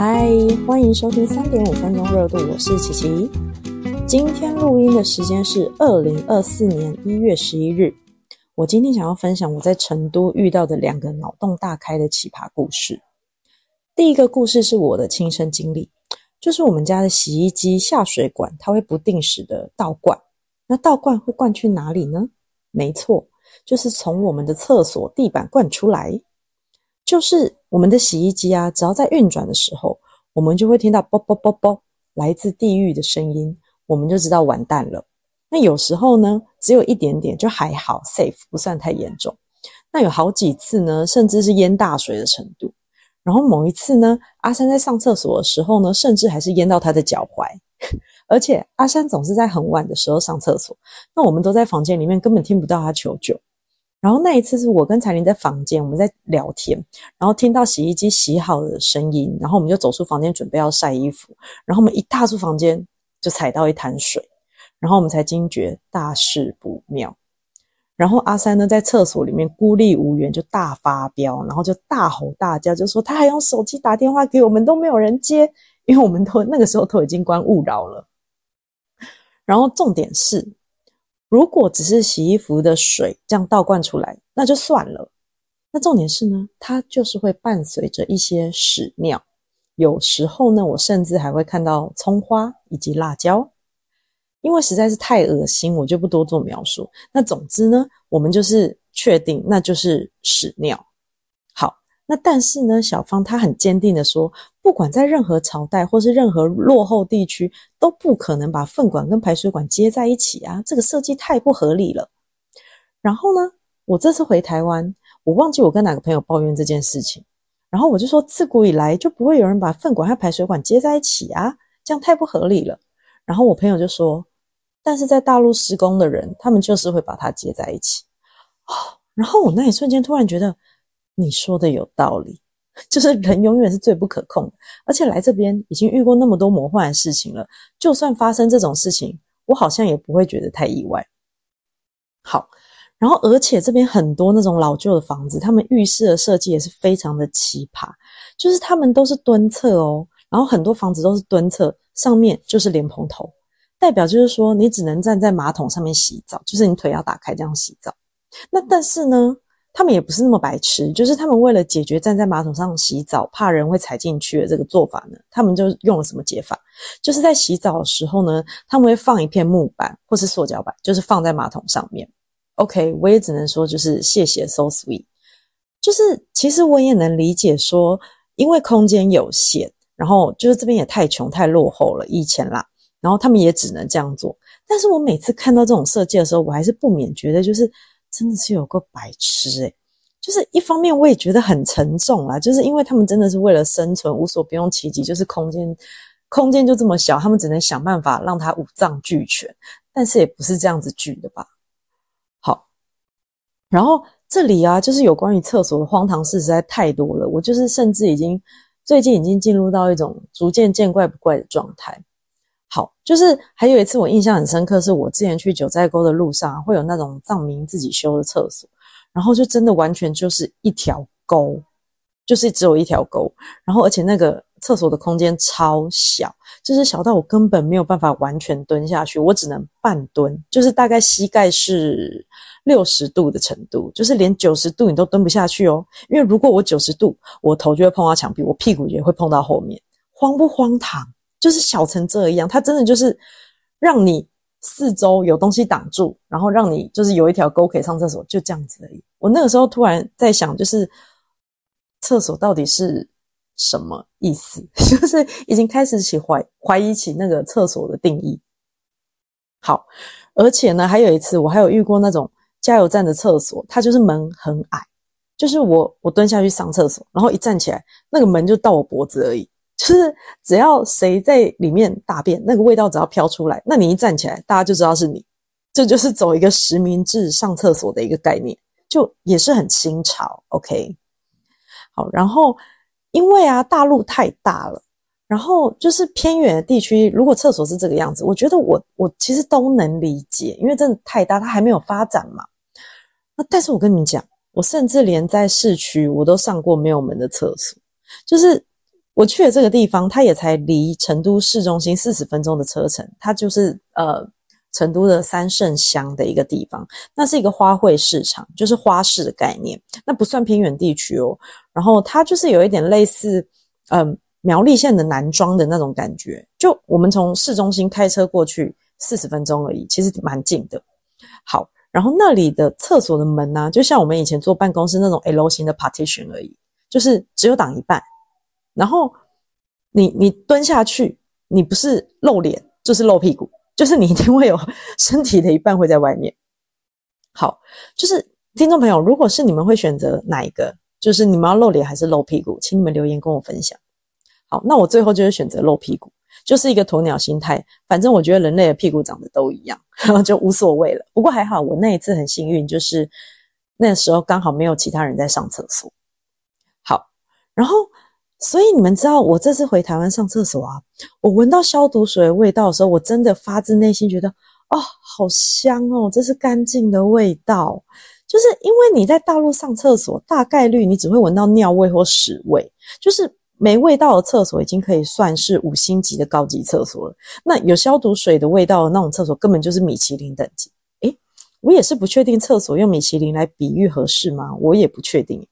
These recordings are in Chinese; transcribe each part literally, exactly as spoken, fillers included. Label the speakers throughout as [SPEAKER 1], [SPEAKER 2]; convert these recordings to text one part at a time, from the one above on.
[SPEAKER 1] 嗨，欢迎收听三点五分钟热度，我是琪琪。今天录音的时间是二零二四年一月十一日。我今天想要分享我在成都遇到的两个脑洞大开的奇葩故事。第一个故事是我的亲身经历，就是我们家的洗衣机下水管它会不定时的倒灌。那倒灌会灌去哪里呢？没错，就是从我们的厕所地板灌出来。就是我们的洗衣机啊，只要在运转的时候，我们就会听到啵啵啵啵来自地狱的声音，我们就知道完蛋了。那有时候呢，只有一点点就还好 safe， 不算太严重。那有好几次呢，甚至是淹大水的程度。然后某一次呢，阿山在上厕所的时候呢，甚至还是淹到他的脚踝。而且阿山总是在很晚的时候上厕所，那我们都在房间里面，根本听不到他求救。然后那一次是我跟彩玲在房间，我们在聊天，然后听到洗衣机洗好的声音，然后我们就走出房间准备要晒衣服，然后我们一踏出房间就踩到一滩水，然后我们才惊觉大事不妙。然后阿三呢在厕所里面孤立无援，就大发飙，然后就大吼大叫，就说他还用手机打电话给我们，都没有人接，因为我们都那个时候都已经关勿扰了。然后重点是，如果只是洗衣服的水这样倒灌出来，那就算了。那重点是呢，它就是会伴随着一些屎尿。有时候呢，我甚至还会看到葱花以及辣椒。因为实在是太恶心，我就不多做描述。那总之呢，我们就是确定那就是屎尿。好，那但是呢，小芳她很坚定的说，不管在任何朝代或是任何落后地区，都不可能把粪管跟排水管接在一起啊，这个设计太不合理了。然后呢，我这次回台湾，我忘记我跟哪个朋友抱怨这件事情，然后我就说自古以来就不会有人把粪管和排水管接在一起啊，这样太不合理了。然后我朋友就说，但是在大陆施工的人，他们就是会把它接在一起。哦，然后我那一瞬间突然觉得，你说的有道理，就是人永远是最不可控的，而且来这边已经遇过那么多魔幻的事情了，就算发生这种事情，我好像也不会觉得太意外。好，然后而且这边很多那种老旧的房子，他们浴室的设计也是非常的奇葩，就是他们都是蹲厕哦，然后很多房子都是蹲厕，上面就是莲蓬头，代表就是说你只能站在马桶上面洗澡，就是你腿要打开这样洗澡。那但是呢，他们也不是那么白痴，就是他们为了解决站在马桶上洗澡怕人会踩进去的这个做法呢，他们就用了什么解法，就是在洗澡的时候呢，他们会放一片木板或是塑胶板，就是放在马桶上面。 OK， 我也只能说就是谢谢 so sweet。 就是其实我也能理解说，因为空间有限，然后就是这边也太穷太落后了以前啦，然后他们也只能这样做。但是我每次看到这种设计的时候，我还是不免觉得就是真的是有够白痴欸。就是一方面我也觉得很沉重啦，就是因为他们真的是为了生存无所不用其极，就是空间空间就这么小，他们只能想办法让它五脏俱全，但是也不是这样子聚的吧。好，然后这里啊，就是有关于厕所的荒唐事实在太多了，我就是甚至已经最近已经进入到一种逐渐见怪不怪的状态。好，就是还有一次我印象很深刻，是我之前去九寨沟的路上，会有那种藏民自己修的厕所，然后就真的完全就是一条沟，就是只有一条沟，然后而且那个厕所的空间超小，就是小到我根本没有办法完全蹲下去，我只能半蹲，就是大概膝盖是六十度的程度，就是连九十度你都蹲不下去哦，因为如果我九十度，我头就会碰到墙壁，我屁股也会碰到后面，荒不荒唐？就是小成这样，它真的就是让你四周有东西挡住，然后让你就是有一条沟可以上厕所，就这样子而已。我那个时候突然在想，就是厕所到底是什么意思？就是已经开始起怀怀疑起那个厕所的定义。好，而且呢，还有一次我还有遇过那种加油站的厕所，它就是门很矮，就是我我蹲下去上厕所，然后一站起来，那个门就到我脖子而已。就是只要谁在里面大便，那个味道只要飘出来，那你一站起来，大家就知道是你。这就是走一个实名制上厕所的一个概念，就也是很新潮 OK。 好，然后因为啊大陆太大了，然后就是偏远的地区，如果厕所是这个样子，我觉得我我其实都能理解，因为真的太大，它还没有发展嘛。那但是我跟你们讲，我甚至连在市区我都上过没有门的厕所，就是我去的这个地方，它也才离成都市中心四十分钟的车程，它就是呃成都的三圣乡的一个地方，那是一个花卉市场，就是花市的概念，那不算偏远地区哦。然后它就是有一点类似嗯、呃、苗栗县的南庄的那种感觉，就我们从市中心开车过去四十分钟而已，其实蛮近的。好，然后那里的厕所的门啊，就像我们以前坐办公室那种 L 型的 partition 而已，就是只有挡一半。然后你你蹲下去，你不是露脸就是露屁股，就是你一定会有身体的一半会在外面。好，就是听众朋友，如果是你们会选择哪一个，就是你们要露脸还是露屁股，请你们留言跟我分享。好，那我最后就是选择露屁股，就是一个鸵鸟心态，反正我觉得人类的屁股长得都一样，然后就无所谓了。不过还好我那一次很幸运，就是那时候刚好没有其他人在上厕所。好，然后所以你们知道我这次回台湾上厕所啊，我闻到消毒水的味道的时候，我真的发自内心觉得哦，好香哦，这是干净的味道。就是因为你在大陆上厕所，大概率你只会闻到尿味或屎味，就是没味道的厕所已经可以算是五星级的高级厕所了。那有消毒水的味道的那种厕所根本就是米其林等级。诶，我也是不确定厕所用米其林来比喻合适吗？我也不确定。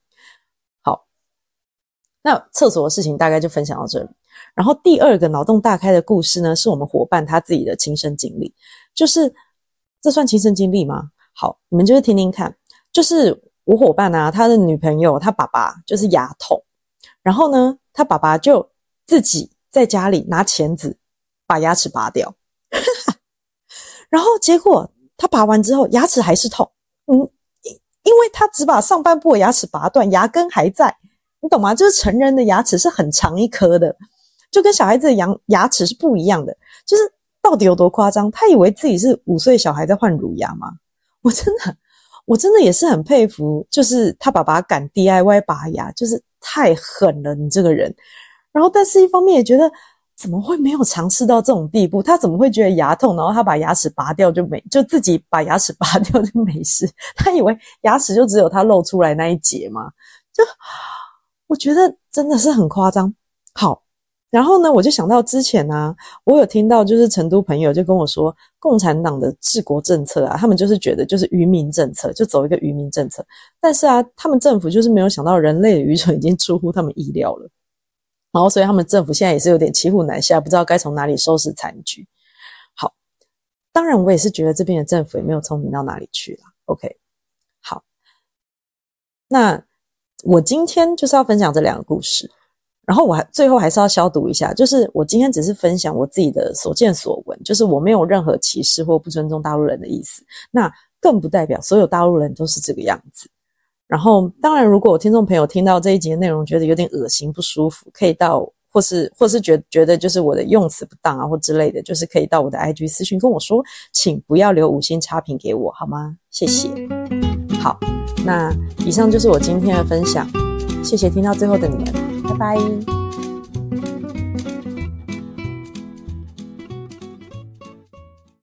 [SPEAKER 1] 那厕所的事情大概就分享到这里。然后第二个脑洞大开的故事呢，是我们伙伴他自己的亲身经历。就是这算亲身经历吗？好，你们就是听听看。就是我伙伴啊，他的女朋友他爸爸就是牙痛，然后呢他爸爸就自己在家里拿钳子把牙齿拔掉然后结果他拔完之后牙齿还是痛。嗯，因为他只把上半部的牙齿拔断，牙根还在，你懂吗？就是成人的牙齿是很长一颗的，就跟小孩子的牙牙齿是不一样的。就是到底有多夸张？他以为自己是五岁小孩在换乳牙吗？我真的我真的也是很佩服，就是他爸爸敢 D I Y 拔牙，就是太狠了你这个人。然后但是一方面也觉得怎么会没有尝试到这种地步，他怎么会觉得牙痛然后他把牙齿拔掉就没就自己把牙齿拔掉就没事，他以为牙齿就只有他露出来那一截吗？就我觉得真的是很夸张。好，然后呢我就想到之前啊，我有听到就是成都朋友就跟我说，共产党的治国政策啊，他们就是觉得就是愚民政策，就走一个愚民政策。但是啊，他们政府就是没有想到人类的愚蠢已经出乎他们意料了，然后所以他们政府现在也是有点骑虎难下，不知道该从哪里收拾残局。好，当然我也是觉得这边的政府也没有聪明到哪里去啦。 OK， 好，那我今天就是要分享这两个故事，然后我还最后还是要消毒一下，就是我今天只是分享我自己的所见所闻，就是我没有任何歧视或不尊重大陆人的意思，那更不代表所有大陆人都是这个样子。然后当然如果我听众朋友听到这一集的内容觉得有点恶心不舒服，可以到或是或是觉得觉得就是我的用词不当啊或之类的，就是可以到我的 I G 私讯跟我说，请不要留五星差评给我好吗？谢谢。好，那以上就是我今天的分享，谢谢听到最后的你们，拜拜。